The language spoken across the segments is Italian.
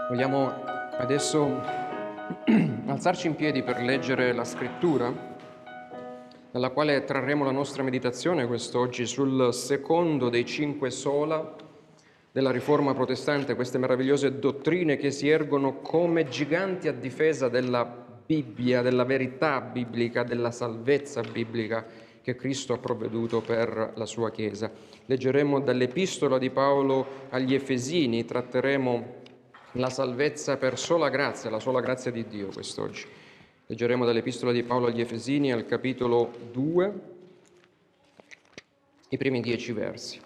Vogliamo adesso alzarci in piedi per leggere la scrittura, dalla quale trarremo la nostra meditazione quest'oggi sul secondo dei 5 sola della Riforma protestante, queste meravigliose dottrine che si ergono come giganti a difesa della Bibbia, della verità biblica, della salvezza biblica che Cristo ha provveduto per la sua Chiesa. Leggeremo dall'Epistola di Paolo agli Efesini, tratteremo la salvezza per sola grazia, la sola grazia di Dio quest'oggi. Leggeremo dall'Epistola di Paolo agli Efesini al capitolo 2, i primi 10 versi.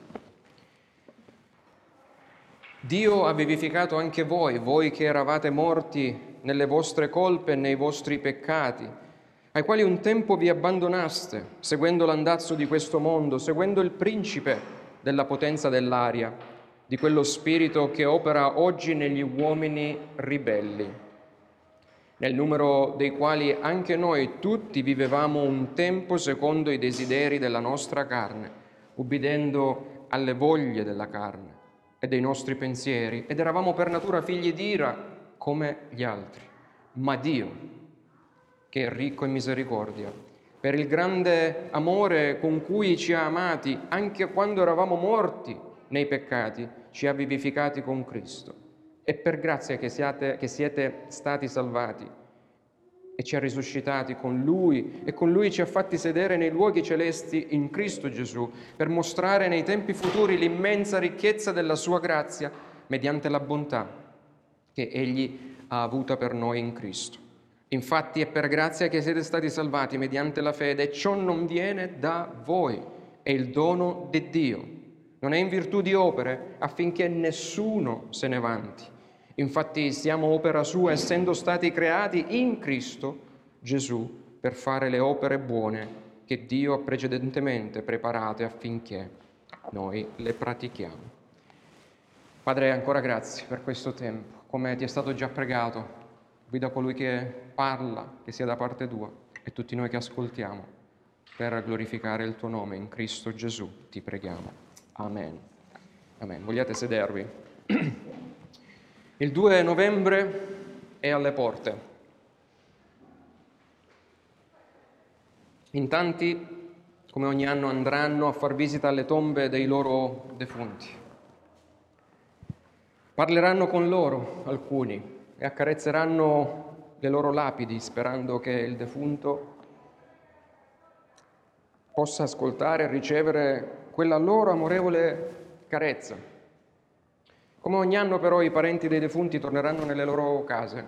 Dio ha vivificato anche voi che eravate morti nelle vostre colpe e nei vostri peccati, ai quali un tempo vi abbandonaste, seguendo l'andazzo di questo mondo, seguendo il principe della potenza dell'aria, di quello spirito che opera oggi negli uomini ribelli, nel numero dei quali anche noi tutti vivevamo un tempo secondo i desideri della nostra carne, ubbidendo alle voglie della carne e dei nostri pensieri, ed eravamo per natura figli d'ira come gli altri. Ma Dio, che è ricco in misericordia, per il grande amore con cui ci ha amati, anche quando eravamo morti nei peccati, ci ha vivificati con Cristo. È per grazia che siete stati salvati e ci ha risuscitati con Lui e con Lui ci ha fatti sedere nei luoghi celesti in Cristo Gesù per mostrare nei tempi futuri l'immensa ricchezza della sua grazia mediante la bontà che Egli ha avuta per noi in Cristo. Infatti è per grazia che siete stati salvati mediante la fede, e ciò non viene da voi, è il dono di Dio. Non è in virtù di opere, affinché nessuno se ne vanti. Infatti siamo opera sua, essendo stati creati in Cristo Gesù per fare le opere buone che Dio ha precedentemente preparate affinché noi le pratichiamo. Padre, ancora grazie per questo tempo. Come ti è stato già pregato, guida colui che parla, che sia da parte tua, e tutti noi che ascoltiamo, per glorificare il tuo nome in Cristo Gesù, ti preghiamo. Amen. Amen. Vogliate sedervi? Il 2 novembre è alle porte. In tanti, come ogni anno, andranno a far visita alle tombe dei loro defunti. Parleranno con loro, alcuni, e accarezzeranno le loro lapidi, sperando che il defunto possa ascoltare e ricevere quella loro amorevole carezza. Come ogni anno però i parenti dei defunti torneranno nelle loro case,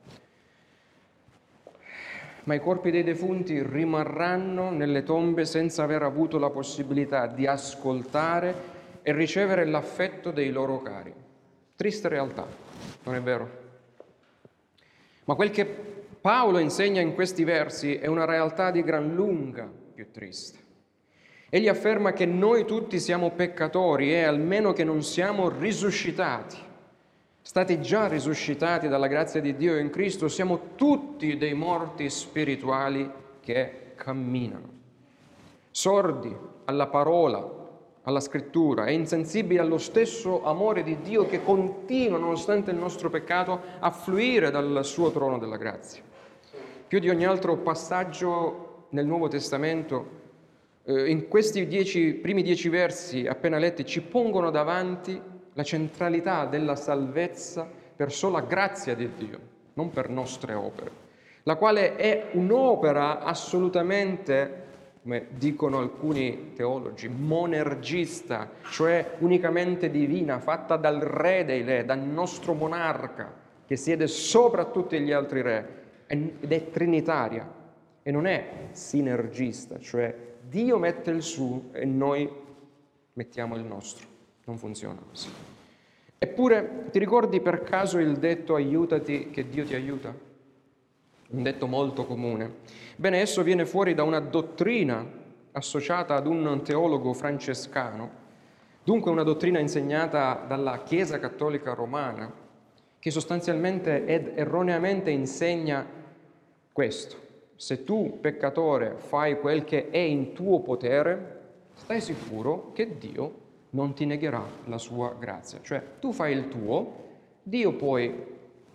ma i corpi dei defunti rimarranno nelle tombe senza aver avuto la possibilità di ascoltare e ricevere l'affetto dei loro cari. Triste realtà, non è vero? Ma quel che Paolo insegna in questi versi è una realtà di gran lunga più triste. Egli afferma che noi tutti siamo peccatori e almeno che non siamo risuscitati, stati già risuscitati dalla grazia di Dio in Cristo, siamo tutti dei morti spirituali che camminano, sordi alla parola, alla scrittura e insensibili allo stesso amore di Dio che continua, nonostante il nostro peccato, a fluire dal suo trono della grazia. Più di ogni altro passaggio nel Nuovo Testamento, in questi primi 10 versi appena letti ci pongono davanti la centralità della salvezza per sola grazia di Dio, non per nostre opere, la quale è un'opera assolutamente, come dicono alcuni teologi, monergista, cioè unicamente divina, fatta dal Re dei Re, dal nostro monarca, che siede sopra tutti gli altri re, ed è trinitaria, e non è sinergista, cioè Dio mette il suo e noi mettiamo il nostro. Non funziona così. Eppure, ti ricordi per caso il detto aiutati che Dio ti aiuta? Un detto molto comune. Bene, esso viene fuori da una dottrina associata ad un teologo francescano, dunque una dottrina insegnata dalla Chiesa Cattolica Romana, che sostanzialmente ed erroneamente insegna questo. Se tu, peccatore, fai quel che è in tuo potere, stai sicuro che Dio non ti negherà la sua grazia. Cioè, tu fai il tuo, Dio poi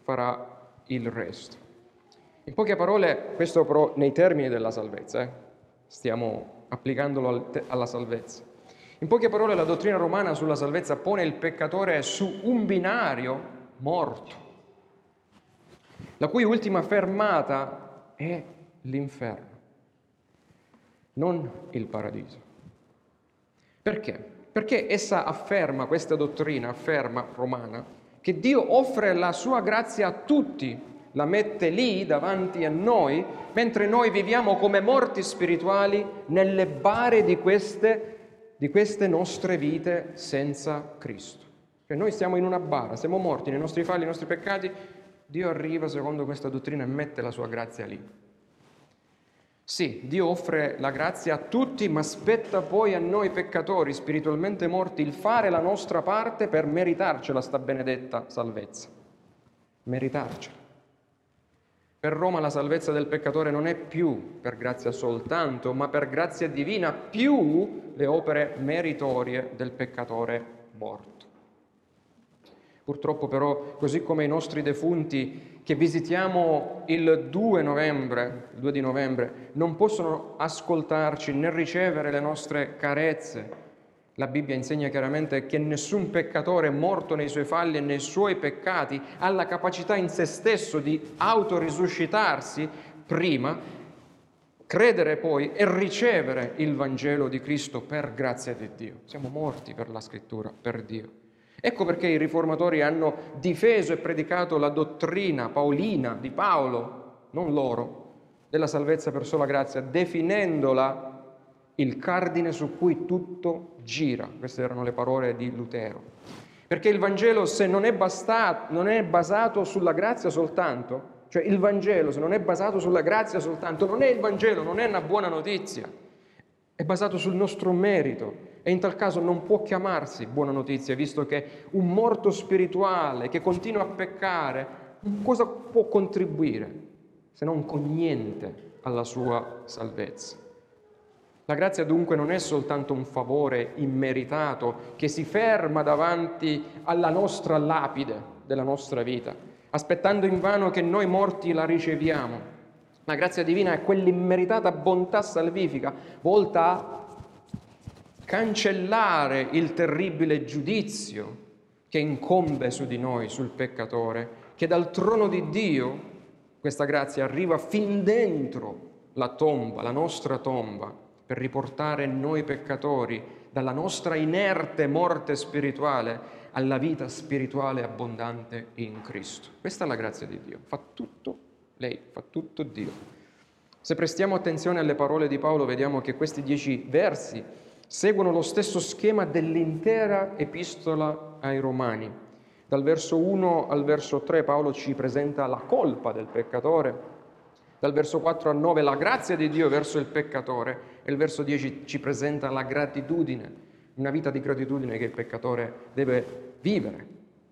farà il resto. In poche parole, questo però nei termini della salvezza, stiamo applicandolo alla salvezza. In poche parole, la dottrina romana sulla salvezza pone il peccatore su un binario morto, la cui ultima fermata è l'inferno, non il paradiso. Perché? Perché essa afferma, questa dottrina afferma romana, che Dio offre la sua grazia a tutti, la mette lì davanti a noi, mentre noi viviamo come morti spirituali nelle bare di queste nostre vite senza Cristo. Cioè noi stiamo in una bara, siamo morti nei nostri falli, nei nostri peccati, Dio arriva secondo questa dottrina e mette la sua grazia lì. Sì, Dio offre la grazia a tutti, ma spetta poi a noi peccatori spiritualmente morti il fare la nostra parte per meritarcela sta benedetta salvezza. Meritarcela. Per Roma la salvezza del peccatore non è più per grazia soltanto, ma per grazia divina più le opere meritorie del peccatore morto. Purtroppo però, così come i nostri defunti che visitiamo il 2 di novembre, non possono ascoltarci né ricevere le nostre carezze. La Bibbia insegna chiaramente che nessun peccatore morto nei suoi falli e nei suoi peccati ha la capacità in se stesso di autorisuscitarsi prima, credere poi e ricevere il Vangelo di Cristo per grazia di Dio. Siamo morti per la Scrittura, per Dio. Ecco perché i riformatori hanno difeso e predicato la dottrina paolina di Paolo, non loro, della salvezza per sola grazia, definendola il cardine su cui tutto gira. Queste erano le parole di Lutero. Perché il Vangelo, se non è basato sulla grazia soltanto, cioè il Vangelo, se non è basato sulla grazia soltanto, non è il Vangelo, non è una buona notizia, è basato sul nostro merito. E in tal caso non può chiamarsi buona notizia, visto che un morto spirituale che continua a peccare, cosa può contribuire se non con niente alla sua salvezza? La grazia dunque non è soltanto un favore immeritato che si ferma davanti alla nostra lapide della nostra vita, aspettando invano che noi morti la riceviamo. La grazia divina è quell'immeritata bontà salvifica volta a cancellare il terribile giudizio che incombe su di noi, sul peccatore, che dal trono di Dio questa grazia arriva fin dentro la tomba, la nostra tomba, per riportare noi peccatori dalla nostra inerte morte spirituale alla vita spirituale abbondante in Cristo. Questa è la grazia di Dio. Fa tutto lei, fa tutto Dio. Se prestiamo attenzione alle parole di Paolo, vediamo che questi 10 versi seguono lo stesso schema dell'intera epistola ai Romani. Dal verso 1 al verso 3 Paolo ci presenta la colpa del peccatore, dal verso 4 al 9 la grazia di Dio verso il peccatore e il verso 10 ci presenta la gratitudine, una vita di gratitudine che il peccatore deve vivere.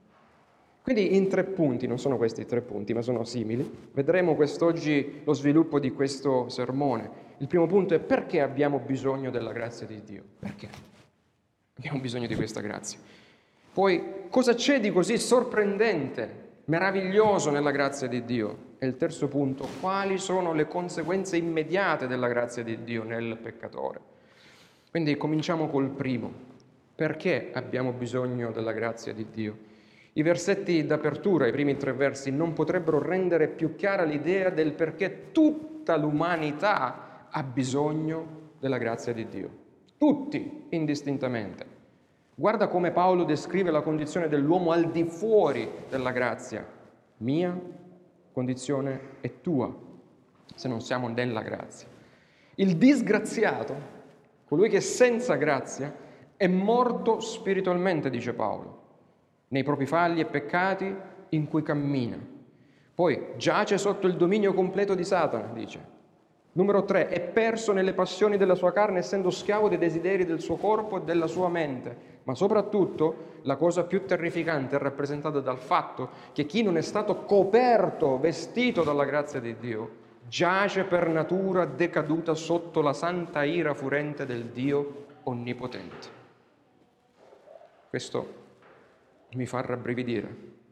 Quindi in 3 punti, non sono questi 3 punti, ma sono simili, vedremo quest'oggi lo sviluppo di questo sermone. Il primo punto è: perché abbiamo bisogno della grazia di Dio? Perché abbiamo bisogno di questa grazia? Poi, cosa c'è di così sorprendente, meraviglioso nella grazia di Dio? E il terzo punto: quali sono le conseguenze immediate della grazia di Dio nel peccatore? Quindi cominciamo col primo. Perché abbiamo bisogno della grazia di Dio? I versetti d'apertura, i primi 3 versi, non potrebbero rendere più chiara l'idea del perché tutta l'umanità ha bisogno della grazia di Dio. Tutti, indistintamente. Guarda come Paolo descrive la condizione dell'uomo al di fuori della grazia. Mia condizione è tua, se non siamo nella grazia. Il disgraziato, colui che è senza grazia, è morto spiritualmente, dice Paolo, nei propri falli e peccati in cui cammina. Poi giace sotto il dominio completo di Satana, dice. Numero 3, è perso nelle passioni della sua carne, essendo schiavo dei desideri del suo corpo e della sua mente. Ma soprattutto, la cosa più terrificante è rappresentata dal fatto che chi non è stato coperto, vestito dalla grazia di Dio, giace per natura decaduta sotto la santa ira furente del Dio onnipotente. Questo mi fa rabbrividire.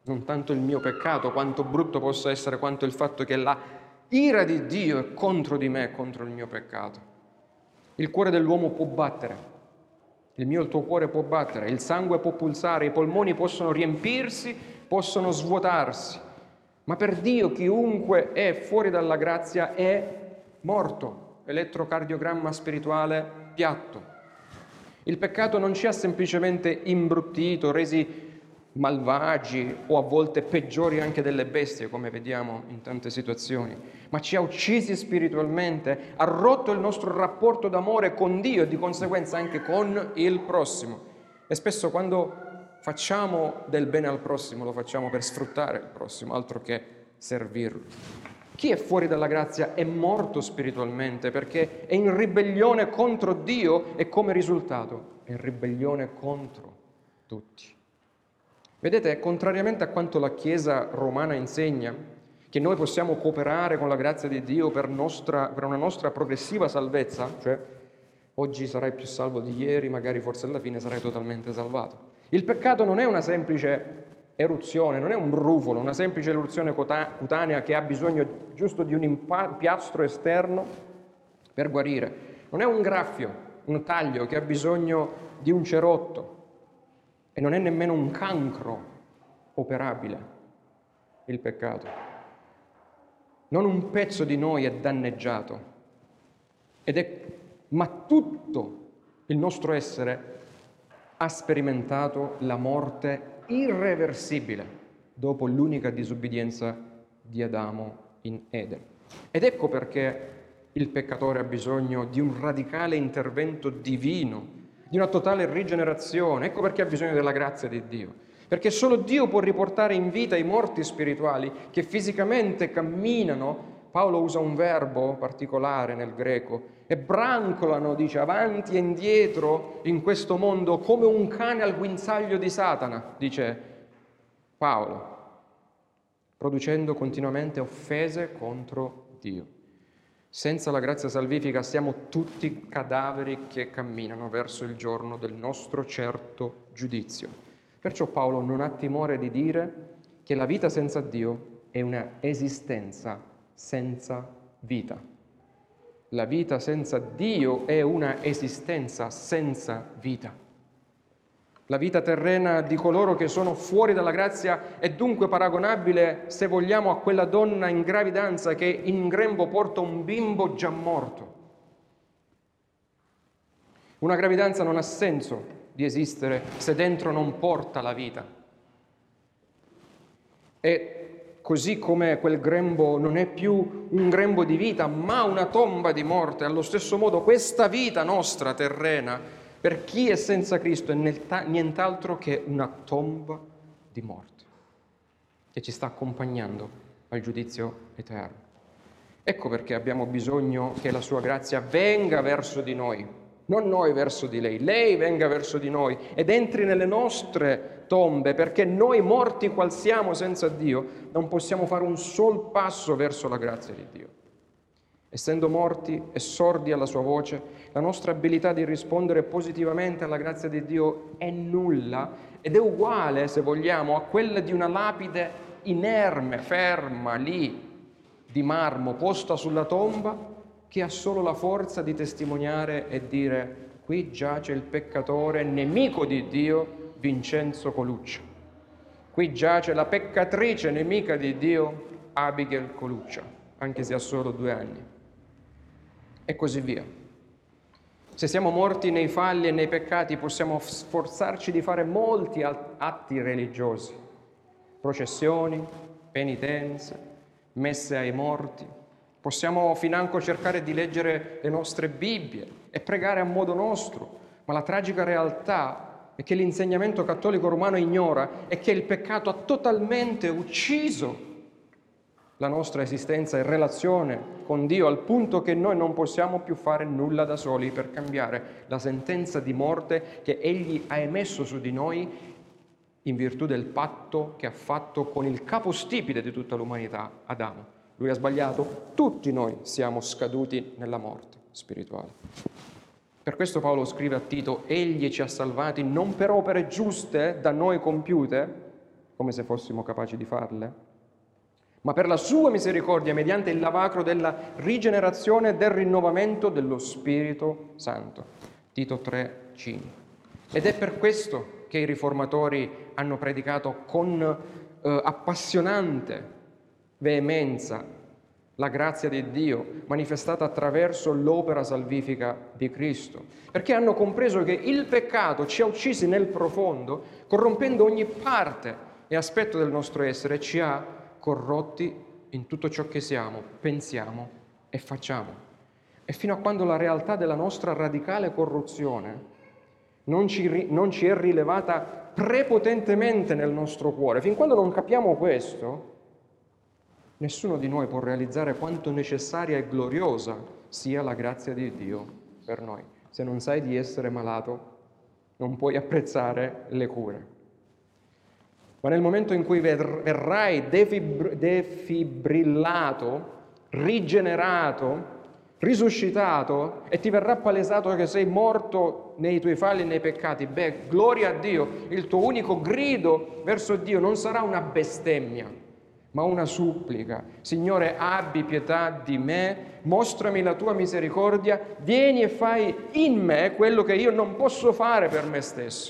non tanto il mio peccato, quanto brutto possa essere, quanto il fatto che la ira di Dio è contro di me, contro il mio peccato. Il cuore dell'uomo può battere, il mio e il tuo cuore può battere, il sangue può pulsare, i polmoni possono riempirsi, possono svuotarsi, ma per Dio chiunque è fuori dalla grazia è morto, elettrocardiogramma spirituale piatto. Il peccato non ci ha semplicemente imbruttito, resi malvagi o a volte peggiori anche delle bestie, come vediamo in tante situazioni, ma ci ha uccisi spiritualmente, ha rotto il nostro rapporto d'amore con Dio e di conseguenza anche con il prossimo. E spesso quando facciamo del bene al prossimo lo facciamo per sfruttare il prossimo, altro che servirlo. Chi è fuori dalla grazia è morto spiritualmente perché è in ribellione contro Dio e come risultato è in ribellione contro tutti. Vedete, contrariamente a quanto la Chiesa romana insegna, che noi possiamo cooperare con la grazia di Dio per una nostra progressiva salvezza, cioè oggi sarai più salvo di ieri, magari forse alla fine sarai totalmente salvato. Il peccato non è una semplice eruzione, non è un brufolo, una semplice eruzione cutanea che ha bisogno giusto di un impiastro esterno per guarire. Non è un graffio, un taglio che ha bisogno di un cerotto. E non è nemmeno un cancro operabile, il peccato. Non un pezzo di noi è danneggiato, ma tutto il nostro essere ha sperimentato la morte irreversibile dopo l'unica disubbidienza di Adamo in Eden. Ed ecco perché il peccatore ha bisogno di un radicale intervento divino, di una totale rigenerazione. Ecco perché ha bisogno della grazia di Dio. Perché solo Dio può riportare in vita i morti spirituali che fisicamente camminano. Paolo usa un verbo particolare nel greco, e brancolano, dice, avanti e indietro in questo mondo come un cane al guinzaglio di Satana, dice Paolo, producendo continuamente offese contro Dio. Senza la grazia salvifica siamo tutti cadaveri che camminano verso il giorno del nostro certo giudizio. Perciò Paolo non ha timore di dire che la vita senza Dio è una esistenza senza vita. La vita senza Dio è una esistenza senza vita. La vita terrena di coloro che sono fuori dalla grazia è dunque paragonabile, se vogliamo, a quella donna in gravidanza che in grembo porta un bimbo già morto. Una gravidanza non ha senso di esistere se dentro non porta la vita. E così come quel grembo non è più un grembo di vita, ma una tomba di morte, allo stesso modo questa vita nostra terrena, per chi è senza Cristo, è nient'altro che una tomba di morte che ci sta accompagnando al giudizio eterno. Ecco perché abbiamo bisogno che la sua grazia venga verso di noi, non noi verso di lei venga verso di noi ed entri nelle nostre tombe, perché noi morti qual siamo senza Dio non possiamo fare un sol passo verso la grazia di Dio. Essendo morti e sordi alla sua voce, la nostra abilità di rispondere positivamente alla grazia di Dio è nulla ed è uguale, se vogliamo, a quella di una lapide inerme, ferma, lì, di marmo, posta sulla tomba, che ha solo la forza di testimoniare e dire: qui giace il peccatore, nemico di Dio, Vincenzo Coluccia. Qui giace la peccatrice, nemica di Dio, Abigail Coluccia, anche se ha solo 2 anni. E così via. Se siamo morti nei falli e nei peccati, possiamo sforzarci di fare molti atti religiosi, processioni, penitenze, messe ai morti. Possiamo financo cercare di leggere le nostre Bibbie e pregare a modo nostro, ma la tragica realtà è che l'insegnamento cattolico romano ignora è che il peccato ha totalmente ucciso la nostra esistenza in relazione con Dio, al punto che noi non possiamo più fare nulla da soli per cambiare la sentenza di morte che Egli ha emesso su di noi in virtù del patto che ha fatto con il capostipite di tutta l'umanità, Adamo. Lui ha sbagliato, tutti noi siamo scaduti nella morte spirituale. Per questo Paolo scrive a Tito: Egli ci ha salvati non per opere giuste da noi compiute, come se fossimo capaci di farle, ma per la sua misericordia mediante il lavacro della rigenerazione e del rinnovamento dello Spirito Santo. Tito 3,5. Ed è per questo che i riformatori hanno predicato con appassionante veemenza la grazia di Dio manifestata attraverso l'opera salvifica di Cristo, perché hanno compreso che il peccato ci ha uccisi nel profondo, corrompendo ogni parte e aspetto del nostro essere, e ci ha corrotti in tutto ciò che siamo, pensiamo e facciamo. E fino a quando la realtà della nostra radicale corruzione non ci è rilevata prepotentemente nel nostro cuore, fin quando non capiamo questo, nessuno di noi può realizzare quanto necessaria e gloriosa sia la grazia di Dio per noi. Se non sai di essere malato, non puoi apprezzare le cure. Ma nel momento in cui verrai defibrillato, rigenerato, risuscitato e ti verrà palesato che sei morto nei tuoi falli e nei peccati, gloria a Dio, il tuo unico grido verso Dio non sarà una bestemmia, ma una supplica. Signore, abbi pietà di me, mostrami la tua misericordia, vieni e fai in me quello che io non posso fare per me stesso.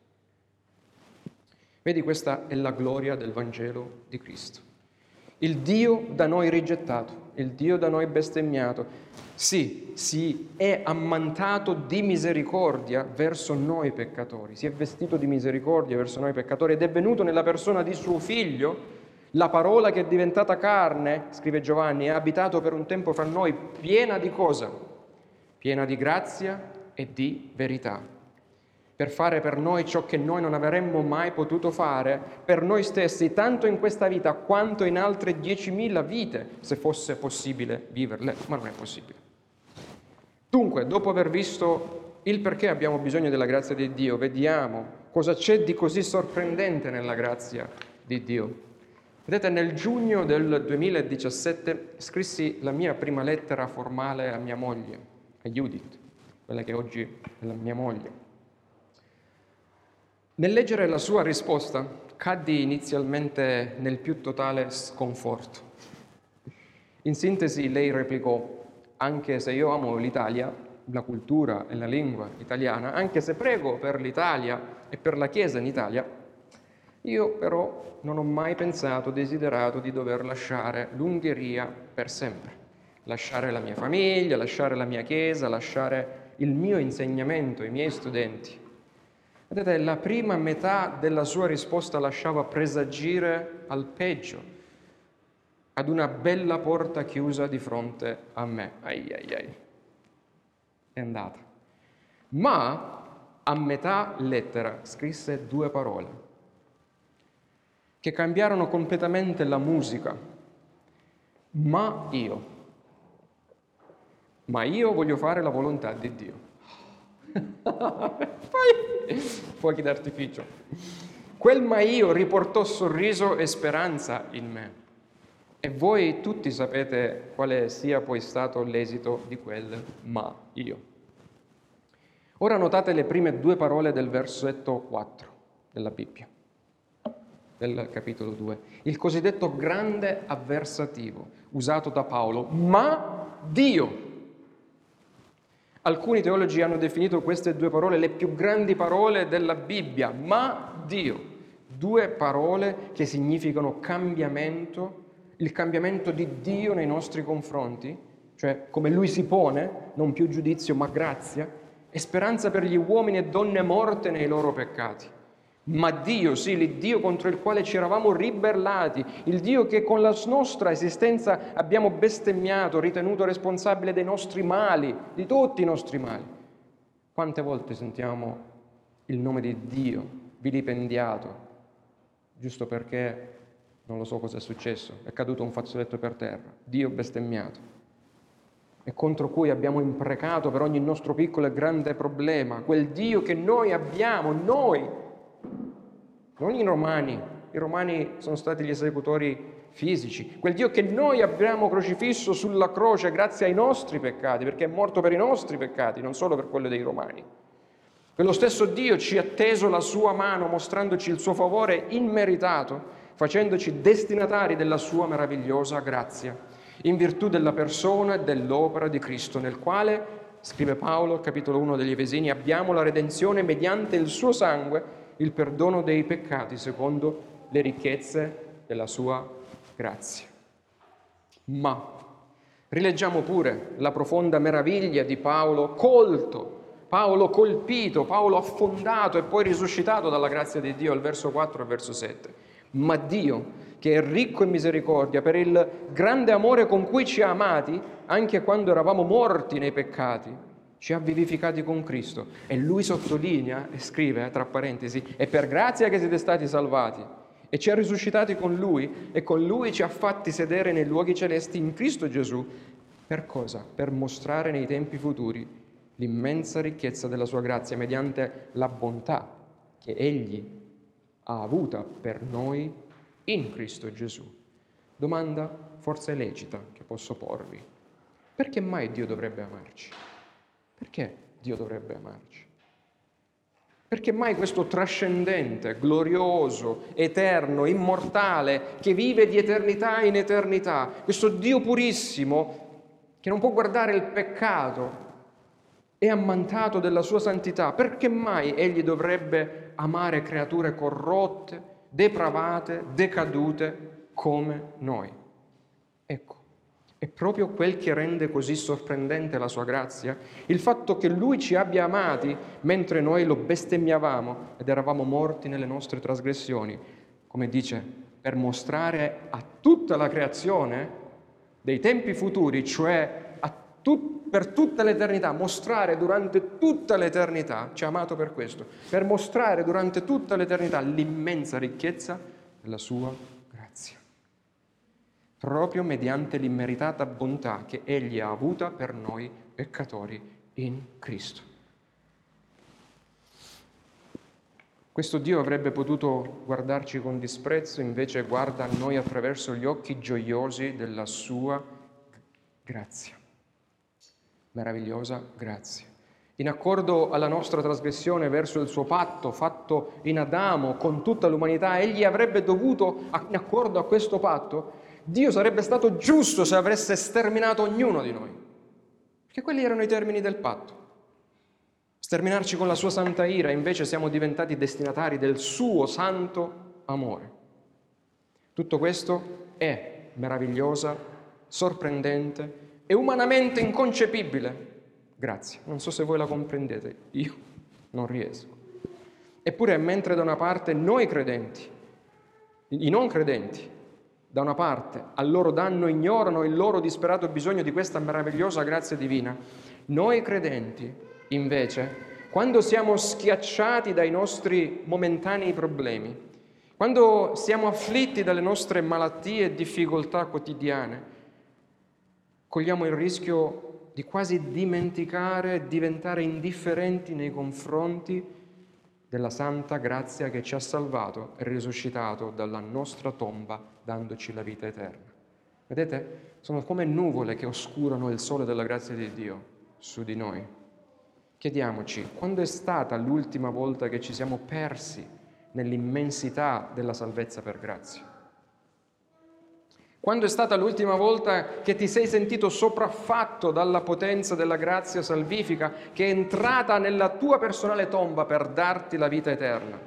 Vedi, questa è la gloria del Vangelo di Cristo. Il Dio da noi rigettato, il Dio da noi bestemmiato, sì, si è ammantato di misericordia verso noi peccatori, si è vestito di misericordia verso noi peccatori ed è venuto nella persona di suo Figlio, la parola che è diventata carne, scrive Giovanni, è abitato per un tempo fra noi, piena di cosa? Piena di grazia e di verità, per fare per noi ciò che noi non avremmo mai potuto fare per noi stessi, tanto in questa vita quanto in altre 10.000 vite, se fosse possibile viverle, ma non è possibile. Dunque, dopo aver visto il perché abbiamo bisogno della grazia di Dio, vediamo cosa c'è di così sorprendente nella grazia di Dio. Vedete, nel giugno del 2017 scrissi la mia prima lettera formale a mia moglie, a Judith, quella che oggi è la mia moglie. Nel leggere la sua risposta, caddi inizialmente nel più totale sconforto. In sintesi, lei replicò: anche se io amo l'Italia, la cultura e la lingua italiana, anche se prego per l'Italia e per la Chiesa in Italia, io però non ho mai pensato, desiderato di dover lasciare l'Ungheria per sempre, lasciare la mia famiglia, lasciare la mia Chiesa, lasciare il mio insegnamento, i miei studenti. Vedete, la prima metà della sua risposta lasciava presagire al peggio, ad una bella porta chiusa di fronte a me. È andata. Ma a metà lettera scrisse 2 parole che cambiarono completamente la musica. Ma io voglio fare la volontà di Dio. Fuochi d'artificio. Quel ma io riportò sorriso e speranza in me. E voi tutti sapete quale sia poi stato l'esito di quel ma io. Ora notate le prime 2 parole del versetto 4 della Bibbia, del capitolo 2. Il cosiddetto grande avversativo usato da Paolo, ma Dio. Alcuni teologi hanno definito queste 2 parole le più grandi parole della Bibbia, ma Dio. 2 parole che significano cambiamento, il cambiamento di Dio nei nostri confronti, cioè come Lui si pone, non più giudizio ma grazia, e speranza per gli uomini e donne morte nei loro peccati. Ma Dio, sì, l'Iddio contro il quale ci eravamo ribellati, il Dio che con la nostra esistenza abbiamo bestemmiato, ritenuto responsabile dei nostri mali, di tutti i nostri mali. Quante volte sentiamo il nome di Dio vilipendiato, giusto perché non lo so cosa è successo, è caduto un fazzoletto per terra, Dio bestemmiato, e contro cui abbiamo imprecato per ogni nostro piccolo e grande problema, quel Dio che noi abbiamo, noi, non i romani sono stati gli esecutori fisici, quel Dio che noi abbiamo crocifisso sulla croce grazie ai nostri peccati, perché è morto per i nostri peccati, non solo per quelli dei romani. Quello stesso Dio ci ha teso la sua mano, mostrandoci il suo favore immeritato, facendoci destinatari della sua meravigliosa grazia, in virtù della persona e dell'opera di Cristo, nel quale, scrive Paolo, capitolo 1 degli Efesini, abbiamo la redenzione mediante il suo sangue, il perdono dei peccati, secondo le ricchezze della sua grazia. Ma rileggiamo pure la profonda meraviglia di Paolo colto, Paolo colpito, Paolo affondato e poi risuscitato dalla grazia di Dio, al verso 4 e verso 7. Ma Dio, che è ricco in misericordia, per il grande amore con cui ci ha amati, anche quando eravamo morti nei peccati, ci ha vivificati con Cristo. E lui sottolinea e scrive, tra parentesi, è per grazia che siete stati salvati, e ci ha risuscitati con lui, e con lui ci ha fatti sedere nei luoghi celesti in Cristo Gesù. Per cosa? Per mostrare nei tempi futuri l'immensa ricchezza della sua grazia mediante la bontà che Egli ha avuta per noi in Cristo Gesù. Domanda forse lecita che posso porvi. Perché mai Dio dovrebbe amarci? Perché Dio dovrebbe amarci? Perché mai questo trascendente, glorioso, eterno, immortale, che vive di eternità in eternità, questo Dio purissimo, che non può guardare il peccato, è ammantato della sua santità, perché mai Egli dovrebbe amare creature corrotte, depravate, decadute come noi? Ecco, è proprio quel che rende così sorprendente la sua grazia, il fatto che Lui ci abbia amati mentre noi lo bestemmiavamo ed eravamo morti nelle nostre trasgressioni, come dice, per mostrare a tutta la creazione dei tempi futuri, cioè per tutta l'eternità, mostrare durante tutta l'eternità, ci ha amato per questo, per mostrare durante tutta l'eternità l'immensa ricchezza della sua grazia, proprio mediante l'immeritata bontà che Egli ha avuta per noi peccatori in Cristo. Questo Dio avrebbe potuto guardarci con disprezzo, invece guarda a noi attraverso gli occhi gioiosi della sua grazia. Meravigliosa grazia. In accordo alla nostra trasgressione verso il suo patto fatto in Adamo con tutta l'umanità, egli avrebbe dovuto, in accordo a questo patto, Dio sarebbe stato giusto se avesse sterminato ognuno di noi. Perché quelli erano i termini del patto. Sterminarci con la sua santa ira, invece siamo diventati destinatari del suo santo amore. Tutto questo è meravigliosa, sorprendente e umanamente inconcepibile. Grazie. Non so se voi la comprendete, io non riesco. Eppure, mentre da una parte noi credenti, i non credenti, da una parte al loro danno ignorano il loro disperato bisogno di questa meravigliosa grazia divina, noi credenti, invece, quando siamo schiacciati dai nostri momentanei problemi, quando siamo afflitti dalle nostre malattie e difficoltà quotidiane, cogliamo il rischio di quasi dimenticare e diventare indifferenti nei confronti della santa grazia che ci ha salvato e risuscitato dalla nostra tomba, dandoci la vita eterna. Vedete? Sono come nuvole che oscurano il sole della grazia di Dio su di noi. Chiediamoci, quando è stata l'ultima volta che ci siamo persi nell'immensità della salvezza per grazia? Quando è stata l'ultima volta che ti sei sentito sopraffatto dalla potenza della grazia salvifica che è entrata nella tua personale tomba per darti la vita eterna?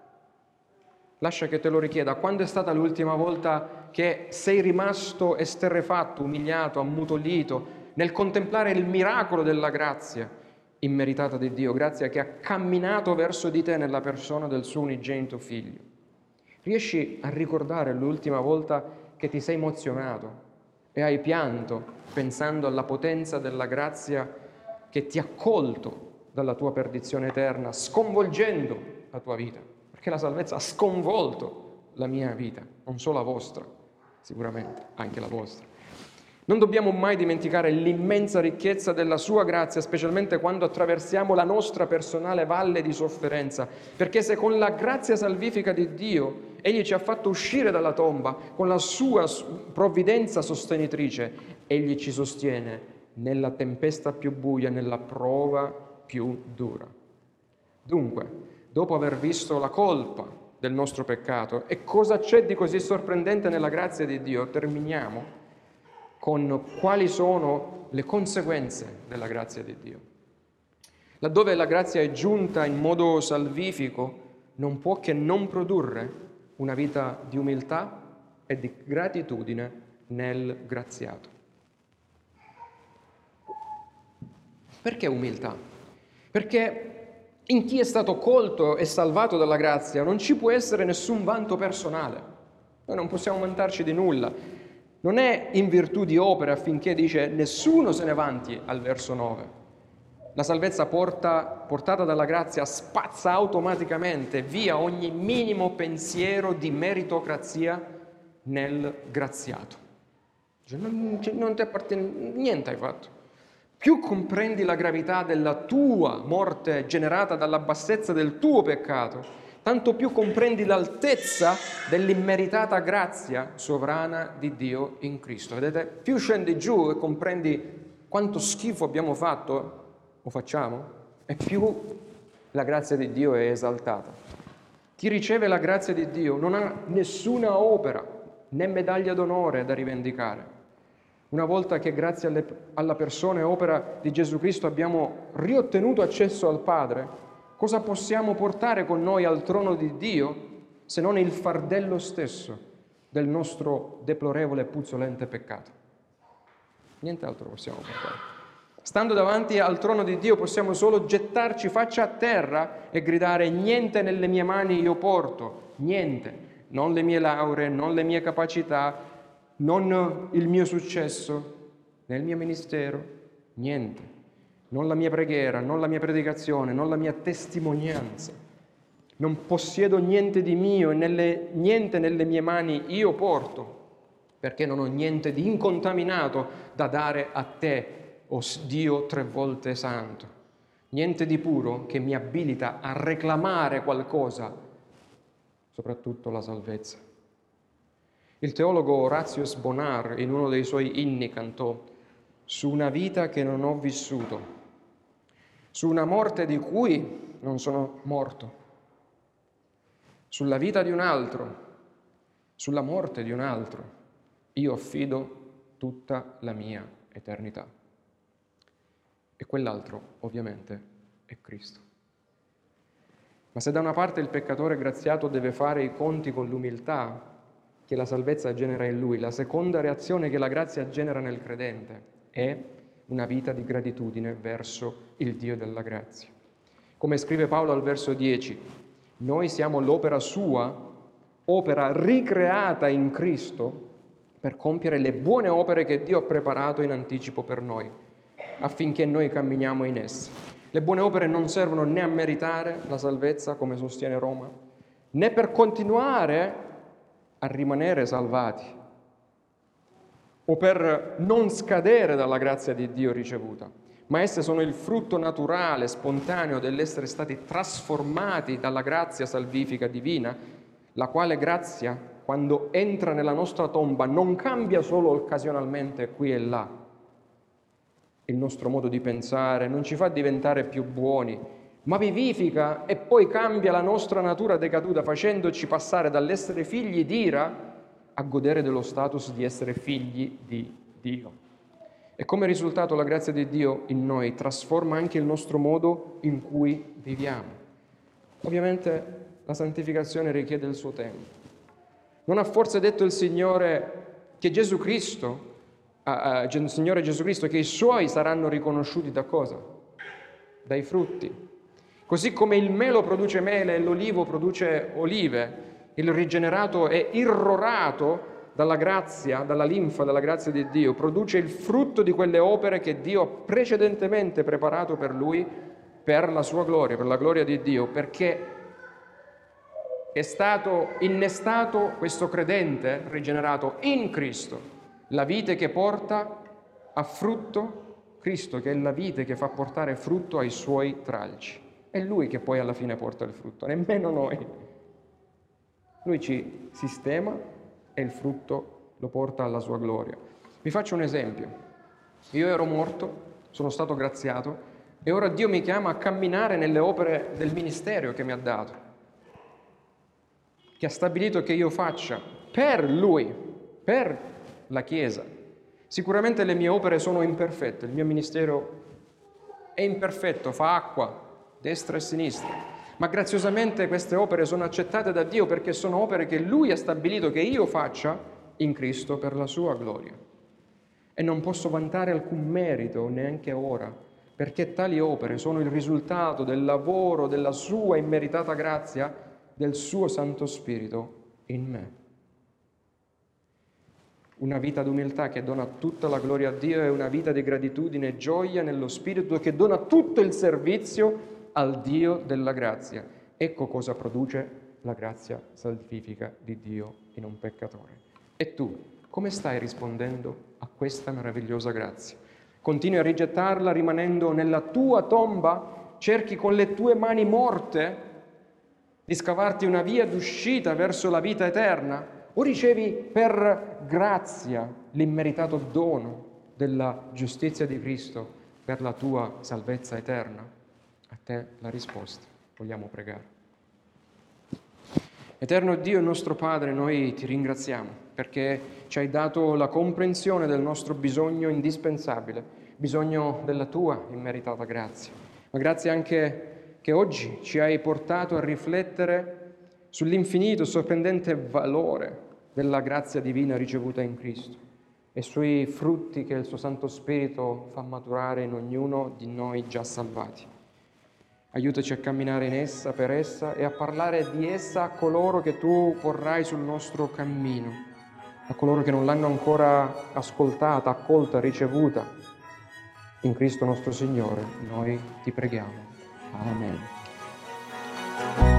Lascia che te lo richieda. Quando è stata l'ultima volta che sei rimasto esterrefatto, umiliato, ammutolito nel contemplare il miracolo della grazia immeritata di Dio, grazia che ha camminato verso di te nella persona del suo unigenito Figlio? Riesci a ricordare l'ultima volta che ti sei emozionato e hai pianto pensando alla potenza della grazia che ti ha colto dalla tua perdizione eterna, sconvolgendo la tua vita? Perché la salvezza ha sconvolto la mia vita, non solo la vostra, sicuramente, anche la vostra. Non dobbiamo mai dimenticare l'immensa ricchezza della sua grazia, specialmente quando attraversiamo la nostra personale valle di sofferenza, perché se con la grazia salvifica di Dio Egli ci ha fatto uscire dalla tomba, con la sua provvidenza sostenitrice, Egli ci sostiene nella tempesta più buia, nella prova più dura. Dunque, dopo aver visto la colpa del nostro peccato e cosa c'è di così sorprendente nella grazia di Dio, terminiamo con quali sono le conseguenze della grazia di Dio. Laddove la grazia è giunta in modo salvifico, non può che non produrre una vita di umiltà e di gratitudine nel graziato. Perché umiltà? Perché in chi è stato colto e salvato dalla grazia non ci può essere nessun vanto personale. Noi non possiamo vantarci di nulla. Non è in virtù di opere affinché dice nessuno se ne vanti al verso 9. La salvezza portata dalla grazia spazza automaticamente via ogni minimo pensiero di meritocrazia nel graziato. Cioè, non ti appartiene, niente hai fatto. Più comprendi la gravità della tua morte generata dalla bassezza del tuo peccato, tanto più comprendi l'altezza dell'immeritata grazia sovrana di Dio in Cristo. Vedete? Più scendi giù e comprendi quanto schifo abbiamo fatto o facciamo, e più la grazia di Dio è esaltata. Chi riceve la grazia di Dio non ha nessuna opera, né medaglia d'onore da rivendicare. Una volta che grazie alla persona e opera di Gesù Cristo abbiamo riottenuto accesso al Padre, cosa possiamo portare con noi al trono di Dio se non il fardello stesso del nostro deplorevole e puzzolente peccato? Niente altro possiamo portare. Stando davanti al trono di Dio possiamo solo gettarci faccia a terra e gridare: niente nelle mie mani io porto, niente, non le mie lauree, non le mie capacità, non il mio successo nel mio ministero, niente, non la mia preghiera, non la mia predicazione, non la mia testimonianza. Non possiedo niente di mio e niente nelle mie mani io porto, perché non ho niente di incontaminato da dare a te, o Dio 3 volte santo, niente di puro che mi abilita a reclamare qualcosa, soprattutto la salvezza. Il teologo Horatius Bonar, in uno dei suoi inni, cantò: su una vita che non ho vissuto, su una morte di cui non sono morto, sulla vita di un altro, sulla morte di un altro, io affido tutta la mia eternità. E quell'altro, ovviamente, è Cristo. Ma se da una parte il peccatore graziato deve fare i conti con l'umiltà che la salvezza genera in lui, la seconda reazione che la grazia genera nel credente è una vita di gratitudine verso il Dio della grazia. Come scrive Paolo al verso 10, noi siamo l'opera sua, opera ricreata in Cristo per compiere le buone opere che Dio ha preparato in anticipo per noi, affinché noi camminiamo in esse. Le buone opere non servono né a meritare la salvezza, come sostiene Roma, né per continuare a rimanere salvati o per non scadere dalla grazia di Dio ricevuta, ma esse sono il frutto naturale, spontaneo dell'essere stati trasformati dalla grazia salvifica divina, la quale grazia, quando entra nella nostra tomba, non cambia solo occasionalmente qui e là il nostro modo di pensare, non ci fa diventare più buoni, ma vivifica e poi cambia la nostra natura decaduta, facendoci passare dall'essere figli d'ira a godere dello status di essere figli di Dio. E come risultato la grazia di Dio in noi trasforma anche il nostro modo in cui viviamo. Ovviamente la santificazione richiede il suo tempo. Non ha forse detto il Signore che Gesù Cristo, Signore Gesù Cristo, che i Suoi saranno riconosciuti da cosa? Dai frutti. Così come il melo produce mele e l'olivo produce olive, il rigenerato è irrorato dalla grazia, dalla linfa della grazia di Dio, produce il frutto di quelle opere che Dio ha precedentemente preparato per lui, per la sua gloria, per la gloria di Dio, perché è stato innestato questo credente rigenerato in Cristo, la vite che porta a frutto, Cristo che è la vite che fa portare frutto ai suoi tralci. È Lui che poi alla fine porta il frutto, nemmeno noi. Lui ci sistema e il frutto lo porta alla sua gloria. Vi faccio un esempio. Io ero morto, sono stato graziato, E ora Dio mi chiama a camminare nelle opere del ministero che mi ha dato, che ha stabilito che io faccia per Lui, per la Chiesa. Sicuramente le mie opere sono imperfette, il mio ministero è imperfetto, fa acqua, destra e sinistra, ma graziosamente queste opere sono accettate da Dio perché sono opere che Lui ha stabilito che io faccia in Cristo per la sua gloria. E non posso vantare alcun merito neanche ora, perché tali opere sono il risultato del lavoro della sua immeritata grazia, del suo Santo Spirito in me. Una vita d'umiltà che dona tutta la gloria a Dio è una vita di gratitudine e gioia nello Spirito che dona tutto il servizio al Dio della grazia. Ecco cosa produce la grazia salvifica di Dio in un peccatore. E tu, come stai rispondendo a questa meravigliosa grazia? Continui a rigettarla rimanendo nella tua tomba? Cerchi con le tue mani morte di scavarti una via d'uscita verso la vita eterna? O ricevi per grazia l'immeritato dono della giustizia di Cristo per la tua salvezza eterna? A te la risposta. Vogliamo pregare. Eterno Dio e nostro Padre, noi ti ringraziamo perché ci hai dato la comprensione del nostro bisogno indispensabile, bisogno della tua immeritata grazia. Ma grazie anche che oggi ci hai portato a riflettere sull'infinito, sorprendente valore della grazia divina ricevuta in Cristo e sui frutti che il suo Santo Spirito fa maturare in ognuno di noi già salvati. Aiutaci a camminare in essa, per essa, e a parlare di essa a coloro che tu porrai sul nostro cammino, a coloro che non l'hanno ancora ascoltata, accolta, ricevuta. In Cristo nostro Signore, noi ti preghiamo. Amen.